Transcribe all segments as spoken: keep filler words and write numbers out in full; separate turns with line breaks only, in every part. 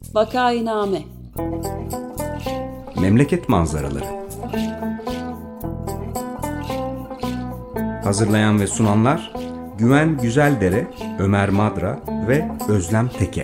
Vakainame.
Memleket manzaraları. Hazırlayan ve sunanlar Güven Güzeldere, Ömer Madra ve Özlem Teke.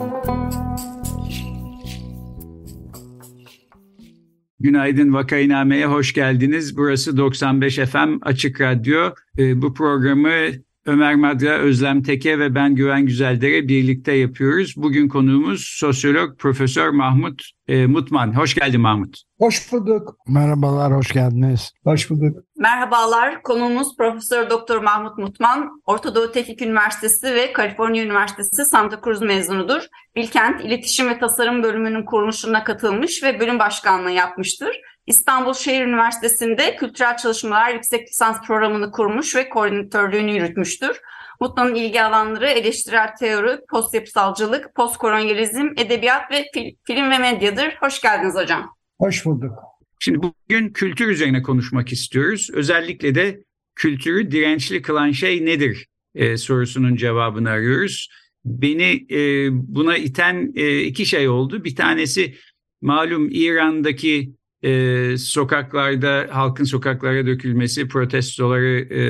Günaydın, Vakainame'ye hoş geldiniz. Burası doksan beş F M Açık Radyo. Ee, bu programı Ömer Madra, Özlem Teke ve ben Güven Güzeldere birlikte yapıyoruz. Bugün konuğumuz sosyolog Profesör Mahmut e, Mutman. Hoş geldin Mahmut.
Hoş bulduk.
Merhabalar, hoş geldiniz.
Hoş bulduk.
Merhabalar, konuğumuz Profesör Doktor Mahmut Mutman, Orta Doğu Tevfik Üniversitesi ve Kaliforniya Üniversitesi Santa Cruz mezunudur. Bilkent İletişim ve Tasarım Bölümünün kuruluşuna katılmış ve bölüm başkanlığı yapmıştır. İstanbul Şehir Üniversitesi'nde Kültürel Çalışmalar Yüksek Lisans Programı'nı kurmuş ve koordinatörlüğünü yürütmüştür. Mutlu'nun ilgi alanları eleştirel teori, post-yapısalcılık, postkolonyalizm, edebiyat ve fil- film ve medyadır. Hoş geldiniz hocam.
Hoş bulduk.
Şimdi bugün kültür üzerine konuşmak istiyoruz. Özellikle de kültürü dirençli kılan şey nedir e, sorusunun cevabını arıyoruz. Beni e, buna iten e, iki şey oldu. Bir tanesi malum İran'daki e, sokaklarda halkın sokaklara dökülmesi, protestoları e,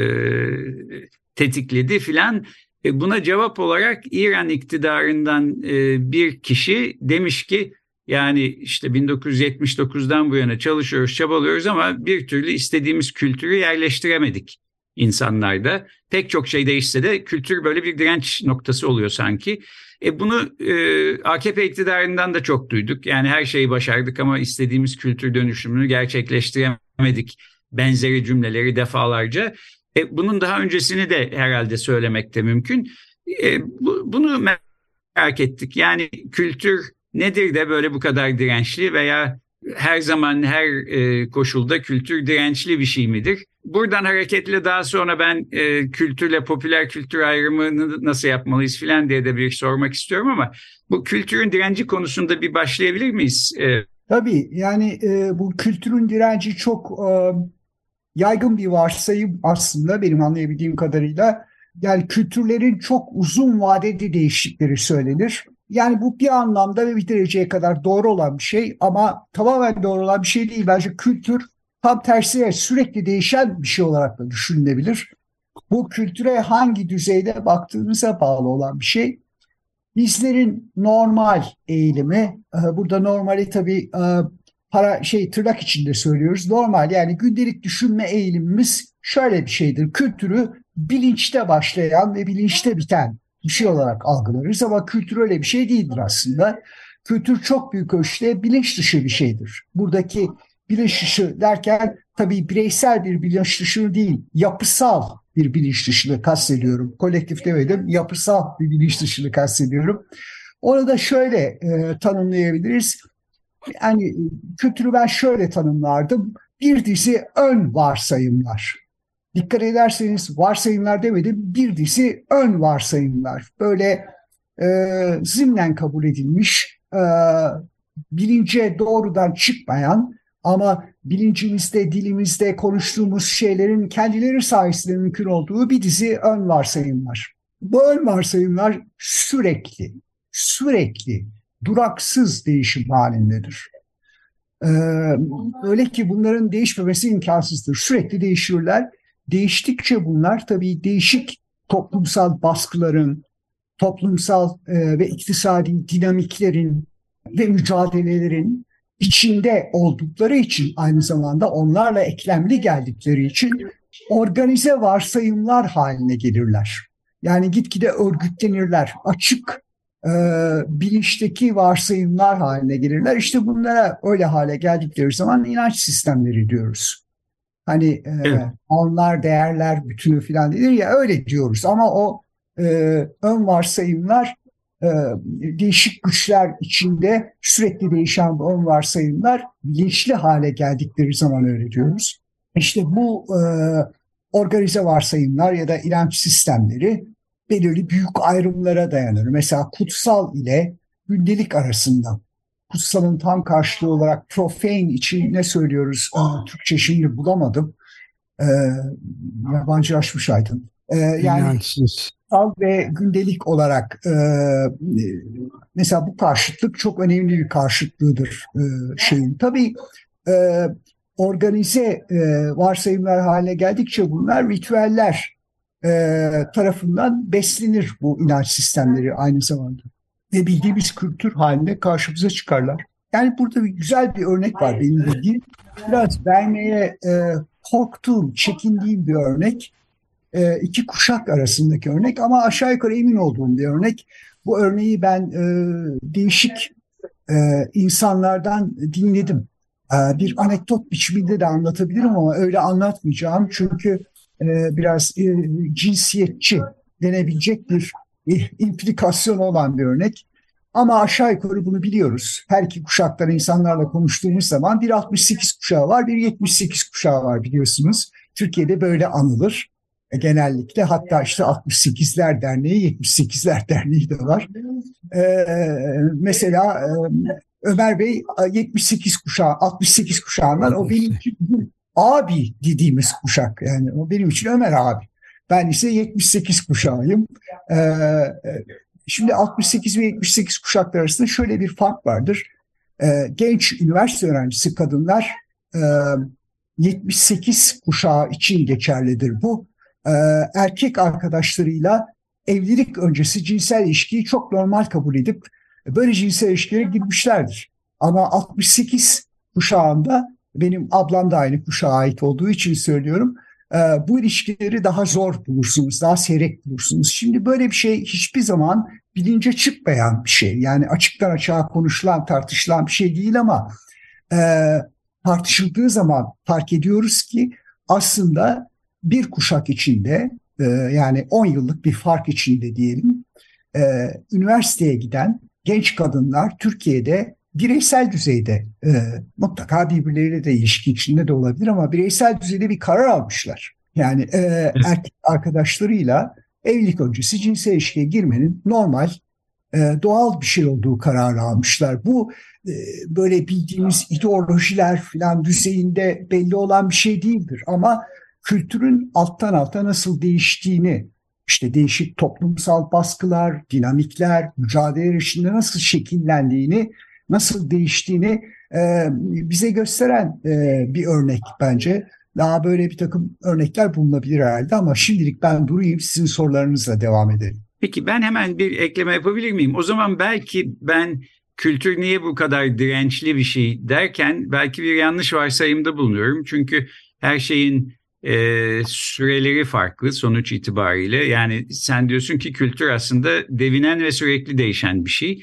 tetikledi filan. E, buna cevap olarak İran iktidarından e, bir kişi demiş ki yani işte bin dokuz yüz yetmiş dokuzdan bu yana çalışıyoruz, çabalıyoruz ama bir türlü istediğimiz kültürü yerleştiremedik insanlarda. Pek çok şey değişse de kültür böyle bir direnç noktası oluyor sanki. E bunu e, A K P iktidarından da çok duyduk. Yani her şeyi başardık ama istediğimiz kültür dönüşümünü gerçekleştiremedik. Benzeri cümleleri defalarca. E, bunun daha öncesini de herhalde söylemek de mümkün. E, bu, bunu merak ettik. Yani kültür nedir de böyle bu kadar dirençli veya her zaman her e, koşulda kültür dirençli bir şey midir? Buradan hareketle daha sonra ben e, kültürle popüler kültür ayrımını nasıl yapmalıyız filan diye de bir sormak istiyorum ama bu kültürün direnci konusunda bir başlayabilir miyiz? E,
Tabii yani e, bu kültürün direnci çok e, yaygın bir varsayım aslında benim anlayabildiğim kadarıyla. Yani kültürlerin çok uzun vadeli değiştikleri söylenir. Yani bu bir anlamda ve bir dereceye kadar doğru olan bir şey ama tamamen doğru olan bir şey değil. Bence kültür tam tersine sürekli değişen bir şey olarak da düşünülebilir. Bu kültüre hangi düzeyde baktığınıza bağlı olan bir şey. Bizlerin normal eğilimi, burada normali tabii para şey tırnak içinde söylüyoruz. Normal yani gündelik düşünme eğilimimiz şöyle bir şeydir. Kültürü bilinçte başlayan ve bilinçte biten bir şey olarak algılarız ama kültür öyle bir şey değildir aslında. Kültür çok büyük ölçüde bilinç dışı bir şeydir. Buradaki bilinç dışı derken tabii bireysel bir bilinç dışı değil, yapısal bir bilinç dışını kastediyorum. Kolektif demedim, yapısal bir bilinç dışını kastediyorum. Onu da şöyle e, tanımlayabiliriz. Yani kültürü ben şöyle tanımlardım. Bir dizi ön varsayımlar. Dikkat ederseniz varsayımlar demedim, bir dizi ön varsayımlar. Böyle e, zımnen kabul edilmiş, e, bilince doğrudan çıkmayan ama bilincimizde, dilimizde konuştuğumuz şeylerin kendileri sayesinde mümkün olduğu bir dizi ön varsayımlar. Bu ön varsayımlar sürekli, sürekli, duraksız değişim halindedir. Ee, öyle ki bunların değişmemesi imkansızdır. Sürekli değişirler. Değiştikçe bunlar tabii değişik toplumsal baskıların, toplumsal e, ve iktisadi dinamiklerin ve mücadelelerin içinde oldukları için aynı zamanda onlarla eklemli geldikleri için organize varsayımlar haline gelirler. Yani gitgide örgütlenirler, açık e, bilinçteki varsayımlar haline gelirler. İşte bunlara öyle hale geldikleri zaman inanç sistemleri diyoruz. Hani e, evet. Onlar değerler bütünü falan denir ya öyle diyoruz ama o e, ön varsayımlar e, değişik güçler içinde sürekli değişen ön varsayımlar bilinçli hale geldikleri zaman öyle diyoruz. İşte bu e, organize varsayımlar ya da inanç sistemleri belirli büyük ayrımlara dayanır. Mesela kutsal ile gündelik arasında. Kutsalın tam karşılığı olarak profane için ne söylüyoruz? Aa, Türkçe şimdi bulamadım. Ee, yabancılaşmış aydın. E, yani
İnançsız.
al ve gündelik olarak e, mesela bu karşıtlık çok önemli bir karşıtlığıdır e, şeyin. Tabii e, organize e, varsayımlar haline geldikçe bunlar ritüeller e, tarafından beslenir bu inanç sistemleri aynı zamanda. Ve bildiğimiz kültür haline karşımıza çıkarlar. Yani burada bir güzel bir örnek var benim bildiğim. Biraz vermeye e, korktuğum, çekindiğim bir örnek. E, iki kuşak arasındaki örnek ama aşağı yukarı emin olduğum bir örnek. Bu örneği ben e, değişik e, insanlardan dinledim. E, bir anekdot biçiminde de anlatabilirim ama öyle anlatmayacağım. Çünkü e, biraz e, cinsiyetçi denebilecek bir e, implikasyon olan bir örnek. Ama aşağı yukarı bunu biliyoruz. Her iki kuşaktan insanlarla konuştuğumuz zaman bir altmış sekiz kuşağı var, bir yetmiş sekiz kuşağı var biliyorsunuz. Türkiye'de böyle anılır. Genellikle hatta işte altmış sekizler Derneği, yetmiş sekizler Derneği de var. Ee, mesela e, Ömer Bey yetmiş sekiz kuşağı, altmış sekiz kuşağından o benim için abi dediğimiz kuşak. Yani o benim için Ömer abi. Ben ise yetmiş sekiz kuşağıyım. Ee, şimdi altmış sekiz ve yetmiş sekiz kuşaklar arasında şöyle bir fark vardır. Ee, genç üniversite öğrencisi kadınlar e, yetmiş sekiz kuşağı için geçerlidir bu. Erkek arkadaşlarıyla evlilik öncesi cinsel ilişkiyi çok normal kabul edip böyle cinsel ilişkilere girmişlerdir. Ama altmış sekiz kuşağında, benim ablam da aynı kuşağa ait olduğu için söylüyorum, bu ilişkileri daha zor bulursunuz, daha seyrek bulursunuz. Şimdi böyle bir şey hiçbir zaman bilince çıkmayan bir şey. Yani açıktan açığa konuşulan, tartışılan bir şey değil ama e, tartışıldığı zaman fark ediyoruz ki aslında bir kuşak içinde e, yani on yıllık bir fark içinde diyelim e, üniversiteye giden genç kadınlar Türkiye'de bireysel düzeyde e, mutlaka birbirleriyle de ilişki içinde de olabilir ama bireysel düzeyde bir karar almışlar. Yani e, erkek arkadaşlarıyla evlilik öncesi cinsel ilişkiye girmenin normal, e, doğal bir şey olduğu kararı almışlar. Bu e, böyle bildiğimiz ideolojiler falan düzeyinde belli olan bir şey değildir ama kültürün alttan alta nasıl değiştiğini, işte değişik toplumsal baskılar, dinamikler, mücadele içinde nasıl şekillendiğini, nasıl değiştiğini e, bize gösteren e, bir örnek bence. Daha böyle bir takım örnekler bulunabilir herhalde ama şimdilik ben durayım, sizin sorularınızla devam edelim.
Peki ben hemen bir ekleme yapabilir miyim? O zaman belki ben kültür niye bu kadar dirençli bir şey derken belki bir yanlış varsayımda bulunuyorum. Çünkü her şeyin e, süreleri farklı sonuç itibariyle. Yani sen diyorsun ki kültür aslında devinen ve sürekli değişen bir şey.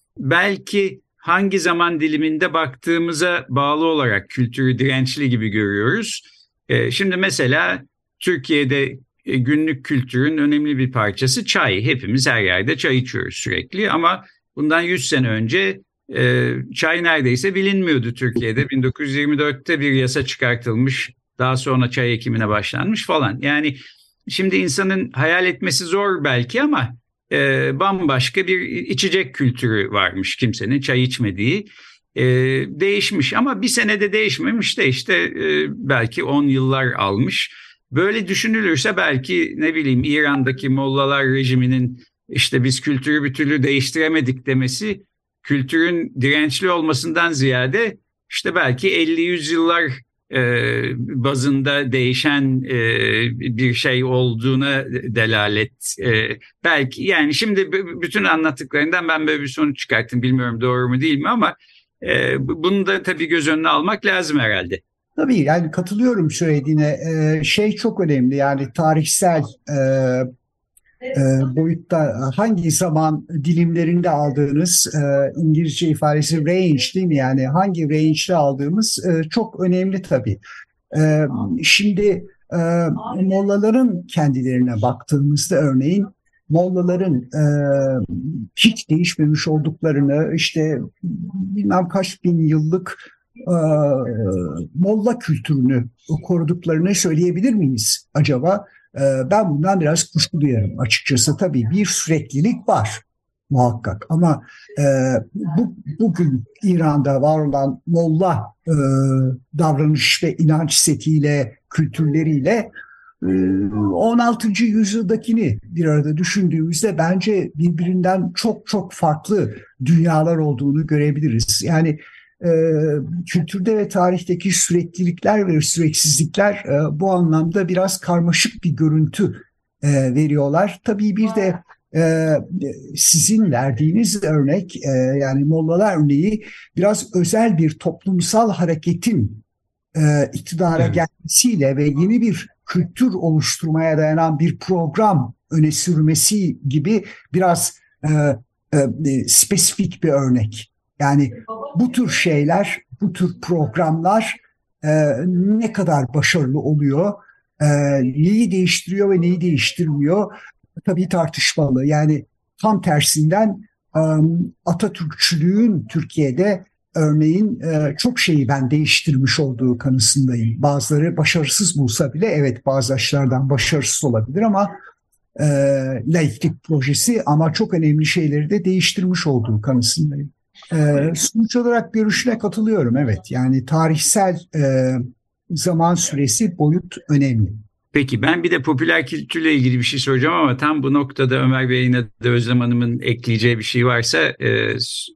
Belki hangi zaman diliminde baktığımıza bağlı olarak kültürü dirençli gibi görüyoruz. E, şimdi mesela Türkiye'de e, günlük kültürün önemli bir parçası çay. Hepimiz her yerde çay içiyoruz sürekli ama bundan yüz sene önce e, çay neredeyse bilinmiyordu Türkiye'de. bin dokuz yüz yirmi dörtte bir yasa çıkartılmış. Daha sonra çay ekimine başlanmış falan. Yani şimdi insanın hayal etmesi zor belki ama e, bambaşka bir içecek kültürü varmış kimsenin çay içmediği. E, değişmiş ama bir senede değişmemiş de işte e, belki on yıllar almış. Böyle düşünülürse belki ne bileyim İran'daki Mollalar rejiminin işte biz kültürü bir türlü değiştiremedik demesi kültürün dirençli olmasından ziyade işte belki elli yüz yıllar E, bazında değişen e, bir şey olduğuna delalet. E, belki yani şimdi b- bütün anlattıklarından ben böyle bir sonuç çıkarttım. Bilmiyorum doğru mu değil mi ama e, bunu da tabii göz önüne almak lazım herhalde.
Tabii yani katılıyorum söylediğine. Ee, şey çok önemli yani tarihsel e, e, boyutta hangi zaman dilimlerinde aldığınız e, İngilizce ifadesi range değil mi? Yani hangi range'de aldığımız e, çok önemli tabii. E, şimdi e, Mollaların kendilerine baktığımızda örneğin Mollaların e, hiç değişmemiş olduklarını işte bilmem kaç bin yıllık e, Molla kültürünü koruduklarını söyleyebilir miyiz acaba? Ben bundan biraz kuşku duyarım açıkçası. Tabii bir süreklilik var muhakkak ama e, bu, bugün İran'da var olan Molla e, davranış ve inanç setiyle, kültürleriyle on altıncı yüzyıldakini bir arada düşündüğümüzde bence birbirinden çok çok farklı dünyalar olduğunu görebiliriz. Yani e, kültürde ve tarihteki süreklilikler ve süreksizlikler e, bu anlamda biraz karmaşık bir görüntü e, veriyorlar. Tabii bir de e, sizin verdiğiniz örnek e, yani Mollalar örneği biraz özel bir toplumsal hareketin e, iktidara
Evet.
gelmesiyle ve yeni bir kültür oluşturmaya dayanan bir program öne sürmesi gibi biraz e, e, spesifik bir örnek. Yani bu tür şeyler, bu tür programlar e, ne kadar başarılı oluyor, e, neyi değiştiriyor ve neyi değiştirmiyor tabii tartışmalı. Yani tam tersinden e, Atatürkçülüğün Türkiye'de örneğin e, çok şeyi ben değiştirmiş olduğu kanısındayım. Bazıları başarısız bulsa bile evet bazı açılardan başarısız olabilir ama e, laiklik projesi ama çok önemli şeyleri de değiştirmiş olduğu kanısındayım. E, sonuç olarak görüşüne katılıyorum evet. Yani tarihsel e, zaman süresi boyut önemli.
Peki ben bir de popüler kültürle ilgili bir şey soracağım ama tam bu noktada Ömer Bey'in de Özlem Hanım'ın ekleyeceği bir şey varsa e,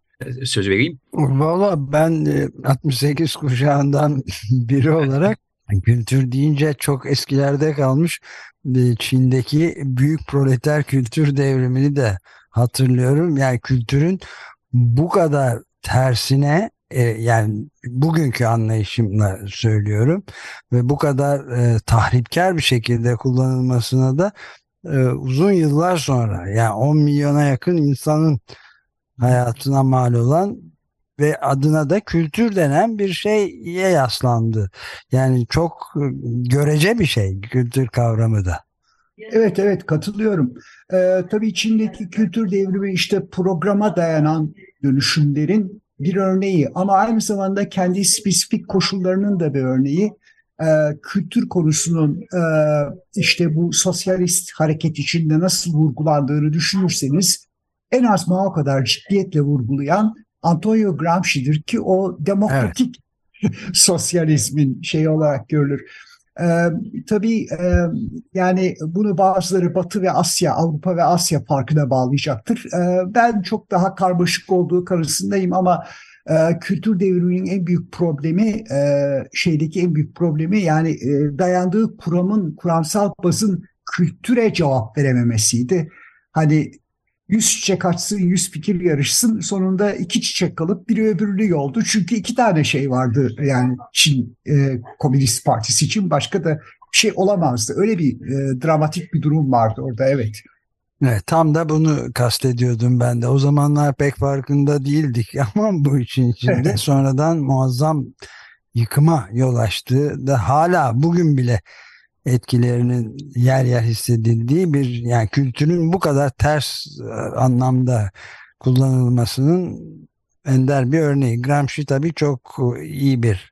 söz vereyim.
Valla ben e, altmış sekiz kuşağından biri olarak kültür deyince çok eskilerde kalmış e, Çin'deki büyük proleter kültür devrimini de hatırlıyorum. Yani kültürün bu kadar tersine e, yani bugünkü anlayışımla söylüyorum ve bu kadar e, tahripkar bir şekilde kullanılmasına da e, uzun yıllar sonra yani on milyona yakın insanın hayatına mal olan ve adına da kültür denen bir şeye yaslandı. Yani çok e, görece bir şey kültür kavramı da.
Evet evet katılıyorum. Ee, tabii Çin'deki kültür devrimi işte programa dayanan dönüşümlerin bir örneği ama aynı zamanda kendi spesifik koşullarının da bir örneği. Ee, kültür konusunun e, işte bu sosyalist hareket içinde nasıl vurgulandığını düşünürseniz en az o kadar ciddiyetle vurgulayan Antonio Gramsci'dir ki o demokratik evet. sosyalizmin şeyi olarak görülür. Ee, tabii e, yani bunu bazıları Batı ve Asya, Avrupa ve Asya farkına bağlayacaktır. Ee, ben çok daha karmaşık olduğu kanısındayım ama e, kültür devriminin en büyük problemi, e, şeydeki en büyük problemi yani e, dayandığı kuramın, kuramsal bazın kültüre cevap verememesiydi. Hani yüz çiçek açsın, yüz fikir yarışsın. Sonunda iki çiçek kalıp biri öbürünü yoldu. Çünkü iki tane şey vardı yani Çin e, Komünist Partisi için başka da bir şey olamazdı. Öyle bir e, dramatik bir durum vardı orada evet.
Evet, tam da bunu kastediyordum ben de. O zamanlar pek farkında değildik ama bu için içinde sonradan muazzam yıkıma yol açtı da hala bugün bile etkilerinin yer yer hissedildiği bir yani kültürün bu kadar ters anlamda kullanılmasının ender bir örneği. Gramsci tabii çok iyi bir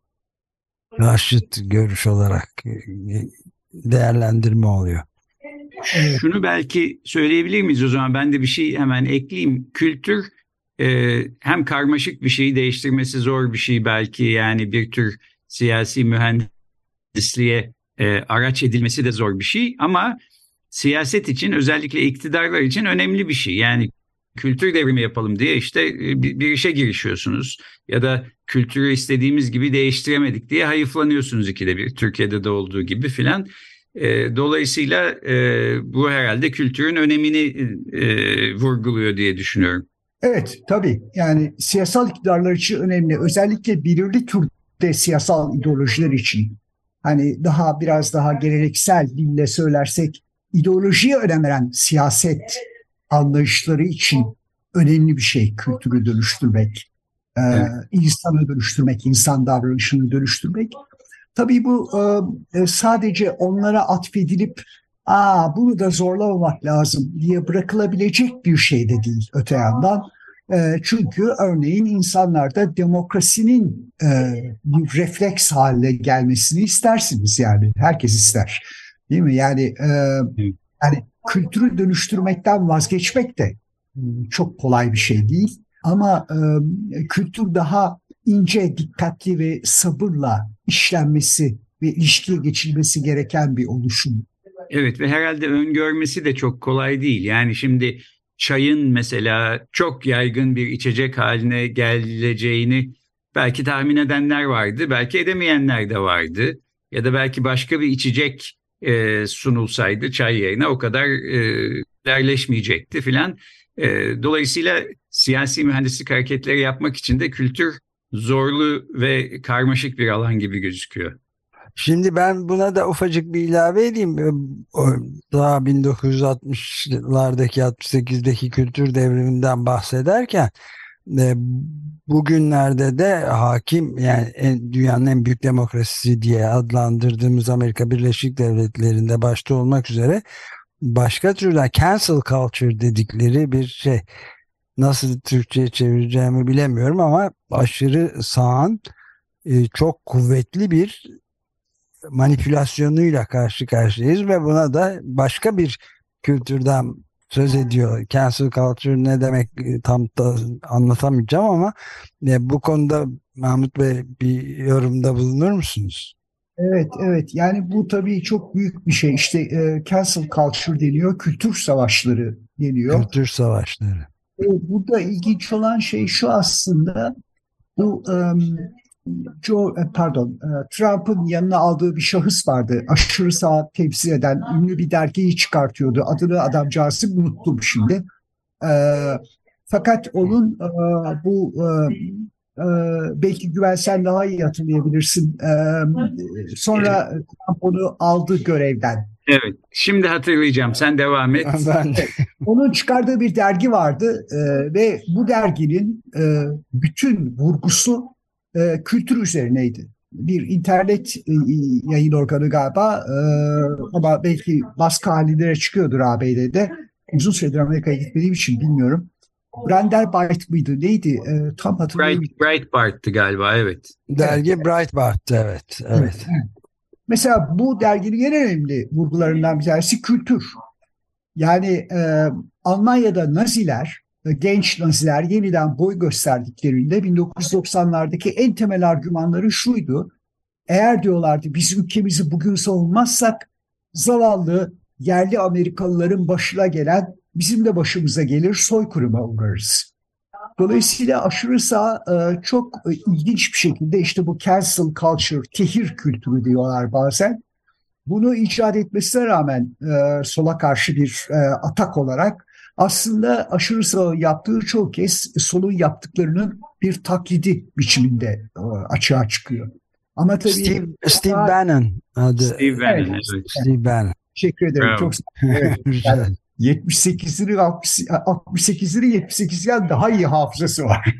karşıt görüş olarak değerlendirme oluyor.
Şunu belki söyleyebilir miyiz o zaman? Ben de bir şey hemen ekleyeyim. Kültür e, hem karmaşık bir şeyi değiştirmesi zor bir şey belki yani bir tür siyasi mühendisliğe e, araç edilmesi de zor bir şey ama siyaset için özellikle iktidarlar için önemli bir şey. Yani kültür devrimi yapalım diye işte bir, bir işe girişiyorsunuz ya da kültürü istediğimiz gibi değiştiremedik diye hayıflanıyorsunuz ikide bir Türkiye'de de olduğu gibi filan. E, dolayısıyla e, bu herhalde kültürün önemini e, vurguluyor diye düşünüyorum.
Evet tabii yani siyasal iktidarlar için önemli özellikle belirli türde siyasal ideolojiler için. Hani daha biraz daha geleneksel dille söylersek ideolojiye önem veren siyaset anlayışları için önemli bir şey kültürü dönüştürmek, evet. e, insanı dönüştürmek, insan davranışını dönüştürmek. Tabii bu e, sadece onlara atfedilip aa bunu da zorlamamak lazım diye bırakılabilecek bir şey de değil öte yandan. E, çünkü örneğin insanlarda demokrasinin e, bir refleks haline gelmesini istersiniz yani. Herkes ister. Değil mi? Yani e, yani kültürü dönüştürmekten vazgeçmek de çok kolay bir şey değil. Ama e, kültür daha ince, dikkatli ve sabırla işlenmesi ve ilişkiye geçilmesi gereken bir oluşum.
Evet ve herhalde öngörmesi de çok kolay değil. Yani şimdi çayın mesela çok yaygın bir içecek haline geleceğini belki tahmin edenler vardı, belki edemeyenler de vardı. Ya da belki başka bir içecek e, sunulsaydı çay yerine o kadar e, derleşmeyecekti filan. E, dolayısıyla siyasi mühendislik hareketleri yapmak için de kültür zorlu ve karmaşık bir alan gibi gözüküyor.
Şimdi ben buna da ufacık bir ilave edeyim. Daha bin dokuz yüz altmışlardaki altmış sekizdeki kültür devriminden bahsederken bugünlerde de hakim, yani en, dünyanın en büyük demokrasisi diye adlandırdığımız Amerika Birleşik Devletleri'nde başta olmak üzere başka türden cancel culture dedikleri bir şey, nasıl Türkçe'ye çevireceğimi bilemiyorum ama aşırı sağın çok kuvvetli bir manipülasyonuyla karşı karşıyayız ve buna da başka bir kültürden söz ediyor. Cancel culture ne demek tam da anlatamayacağım ama bu konuda Mahmut Bey bir yorumda bulunur musunuz?
Evet, evet. Yani bu tabii çok büyük bir şey. İşte e, cancel culture deniyor, kültür savaşları deniyor.
Kültür savaşları.
E, burada ilginç olan şey şu aslında, bu um, Joe, pardon, Trump'ın yanına aldığı bir şahıs vardı. Aşırı sağ temsil eden ünlü bir dergiyi çıkartıyordu. Adını adamcağızı unuttum şimdi. E, fakat onun e, bu e, e, belki Güven sen daha iyi hatırlayabilirsin. E, sonra Trump onu aldı görevden.
Evet, şimdi hatırlayacağım. Sen devam et.
Ben...
Onun çıkardığı bir dergi vardı e, ve bu derginin e, bütün vurgusu e, kültür üzerineydi. Bir internet e, yayın organı galiba e, ama belki baskı halinde çıkıyordur A B D'de. Uzun süredir Amerika'ya gitmediğim için bilmiyorum. Brandenburg mıydı neydi? E, tam hatırlamıyorum.
Bright, Breitbart'tı galiba, evet.
Dergi evet. Breitbart'tı, evet. evet.
evet. Mesela bu derginin en önemli vurgularından bir tanesi kültür. Yani e, Almanya'da Naziler, e, genç Naziler yeniden boy gösterdiklerinde bin dokuz yüz doksanlardaki en temel argümanları şuydu. Eğer diyorlardı biz ülkemizi bugün savunmazsak zavallı yerli Amerikalıların başına gelen bizim de başımıza gelir, soykırıma uğrarız. Dolayısıyla aşırı sağ e, çok e, ilginç bir şekilde işte bu cancel culture, tehir kültürü diyorlar bazen. Bunu icat etmesine rağmen e, sola karşı bir e, atak olarak aslında aşırı sağ yaptığı çok kez solun yaptıklarının bir taklidi biçiminde e, açığa çıkıyor. Ama tabii
Steve, Steve
daha...
Bannon adı.
Steve Bannon, evet.
evet.
Steve Bannon.
Teşekkür ederim.
Bravo.
Çok evet. Yani yetmiş sekizleri altmış sekizleri yetmiş sekizden daha iyi hafızası var.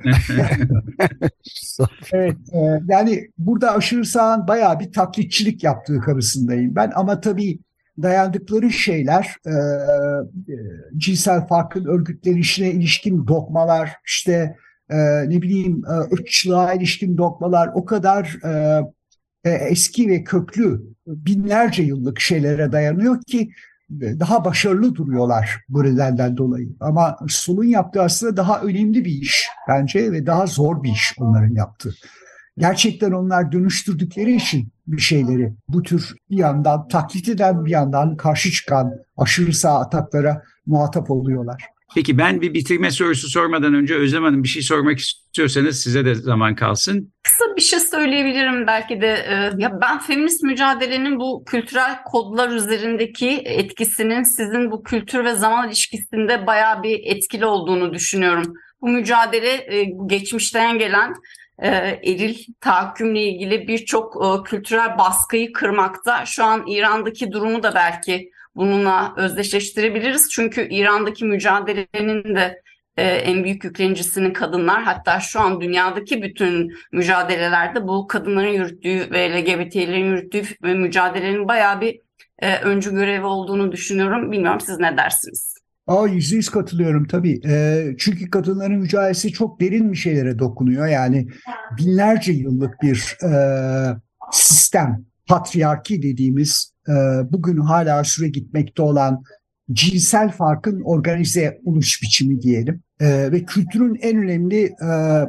Evet, e, yani burada aşırı sağın bayağı bir taklitçilik yaptığı kanısındayım ben, ama tabii dayandıkları şeyler e, e, cinsel farkın örgütlenişine ilişkin dogmalar, işte e, ne bileyim e, ırkçılığa ilişkin dogmalar o kadar e, e, eski ve köklü, binlerce yıllık şeylere dayanıyor ki daha başarılı duruyorlar bu nedenden dolayı. Ama solun yaptığı aslında daha önemli bir iş bence ve daha zor bir iş onların yaptığı. Gerçekten onlar dönüştürdükleri için bir şeyleri bu tür bir yandan taklit eden, bir yandan karşı çıkan aşırı sağ ataklara muhatap oluyorlar.
Peki ben bir bitirme sorusu sormadan önce Özlem Hanım bir şey sormak istiyorsanız size de zaman kalsın.
Kısa bir şey söyleyebilirim belki de. Ya ben feminist mücadelenin bu kültürel kodlar üzerindeki etkisinin sizin bu kültür ve zaman ilişkisinde bayağı bir etkili olduğunu düşünüyorum. Bu mücadele geçmişten gelen eril tahakkümle ilgili birçok kültürel baskıyı kırmakta. Şu an İran'daki durumu da belki bununla özdeşleştirebiliriz. Çünkü İran'daki mücadelenin de e, en büyük yüklenicisinin kadınlar. Hatta şu an dünyadaki bütün mücadelelerde bu kadınların yürüttüğü ve L G B T'lerin yürüttüğü mücadelenin bayağı bir e, öncü görevi olduğunu düşünüyorum. Bilmiyorum, siz ne dersiniz?
Aa, yüzde yüz katılıyorum tabii. E, çünkü kadınların mücadelesi çok derin bir şeylere dokunuyor. Yani binlerce yıllık bir e, sistem, patriarki dediğimiz, bugün hala süre gitmekte olan cinsel farkın organize oluş biçimi diyelim. Ve kültürün en önemli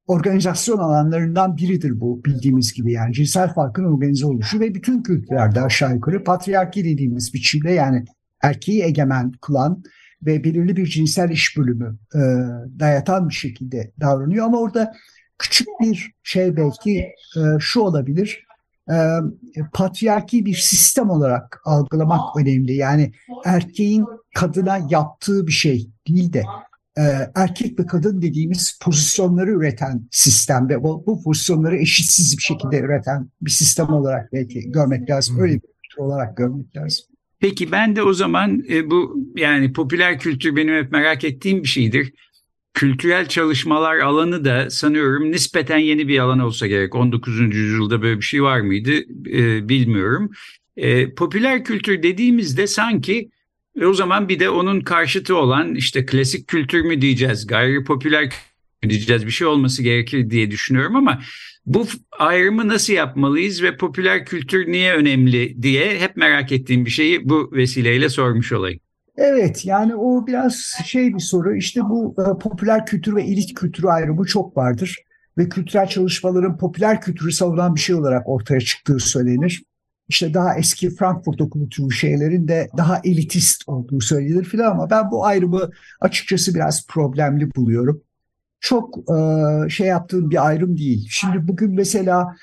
organizasyon alanlarından biridir bu, bildiğimiz gibi. Yani cinsel farkın organize oluşu ve bütün kültürlerde aşağı yukarı patriarki dediğimiz biçimde, yani erkeği egemen kılan ve belirli bir cinsel iş bölümü e, dayatan bir şekilde davranıyor. Ama orada küçük bir şey belki e, şu olabilir: e, patriarki bir sistem olarak algılamak önemli. Yani erkeğin kadına yaptığı bir şey değil de e, erkek ve kadın dediğimiz pozisyonları üreten sistem ve bu, bu pozisyonları eşitsiz bir şekilde üreten bir sistem olarak belki görmek lazım. Öyle bir kültür olarak görmek lazım.
Peki ben de o zaman e, bu yani popüler kültür benim hep merak ettiğim bir şeydir. Kültürel çalışmalar alanı da sanıyorum nispeten yeni bir alan olsa gerek. on dokuzuncu yüzyılda böyle bir şey var mıydı e, bilmiyorum. E, popüler kültür dediğimizde sanki e, o zaman bir de onun karşıtı olan işte klasik kültür mü diyeceğiz, gayri popüler kültür mü diyeceğiz, bir şey olması gerekir diye düşünüyorum ama bu ayrımı nasıl yapmalıyız ve popüler kültür niye önemli diye hep merak ettiğim bir şeyi bu vesileyle sormuş olayım.
Evet, yani o biraz şey bir soru. İşte bu e, popüler kültür ve elit kültürü ayrımı çok vardır. Ve kültürel çalışmaların popüler kültürü savunan bir şey olarak ortaya çıktığı söylenir. İşte daha eski Frankfurt okulu türü şeylerin de daha elitist olduğu söylenir filan, ama ben bu ayrımı açıkçası biraz problemli buluyorum. Çok e, şey yaptığım bir ayrım değil. Şimdi bugün mesela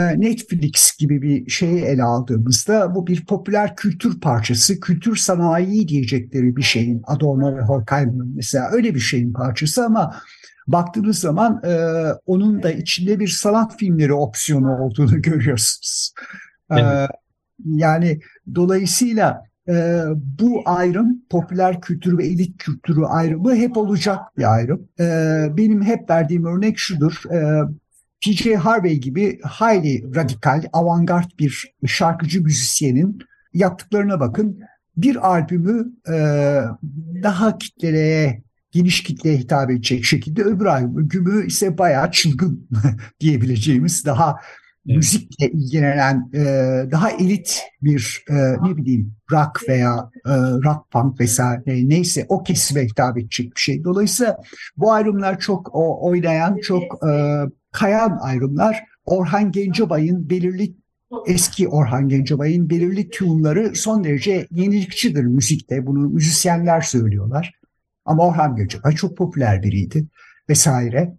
Netflix gibi bir şeyi ele aldığımızda bu bir popüler kültür parçası, kültür sanayi diyecekleri bir şeyin, Adorno ve Horkheimer'ın mesela öyle bir şeyin parçası, ama baktığınız zaman e, onun da içinde bir sanat filmleri opsiyonu olduğunu görüyorsunuz. Evet. E, yani dolayısıyla e, bu ayrım, popüler kültür ve elit kültürü ayrımı hep olacak bir ayrım. E, benim hep verdiğim örnek şudur: E, P J Harvey gibi hayli radikal, avantgard bir şarkıcı müzisyenin yaptıklarına bakın. Bir albümü e, daha kitleye, geniş kitleye hitap edecek şekilde, öbür albümü ise bayağı çılgın diyebileceğimiz, daha evet, müzikle ilgilenen, e, daha elit bir e, ne bileyim rock veya e, rock punk vesaire neyse o kesime hitap edecek bir şey. Dolayısıyla bu ayrımlar çok o, oynayan, çok e, kayan ayrımlar. Orhan Gencebay'ın belirli eski Orhan Gencebay'ın belirli tune'ları son derece yenilikçidir müzikte. Bunu müzisyenler söylüyorlar. Ama Orhan Gencebay çok popüler biriydi vesaire.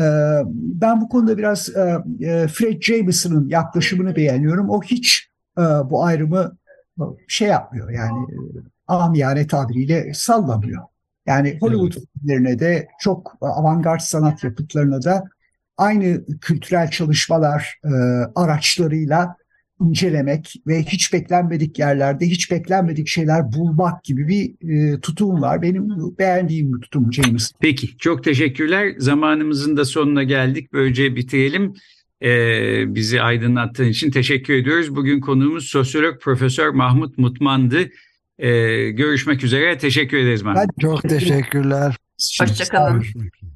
Ben bu konuda biraz Fred Jameson'ın yaklaşımını beğeniyorum. O hiç bu ayrımı şey yapmıyor, yani amiyane tabiriyle sallamıyor. Yani Hollywood evet, filmlerine de, çok avantgard sanat yapıtlarına da aynı kültürel çalışmalar e, araçlarıyla incelemek ve hiç beklenmedik yerlerde hiç beklenmedik şeyler bulmak gibi bir e, tutum var. Benim beğendiğim bir tutum James.
Peki, çok teşekkürler. Zamanımızın da sonuna geldik. Böylece bitirelim. Ee, bizi aydınlattığın için teşekkür ediyoruz. Bugün konuğumuz sosyolog Profesör Mahmut Mutman'dı. Ee, görüşmek üzere. Teşekkür ederiz Mahmut.
Çok teşekkürler.
Hoşçakalın.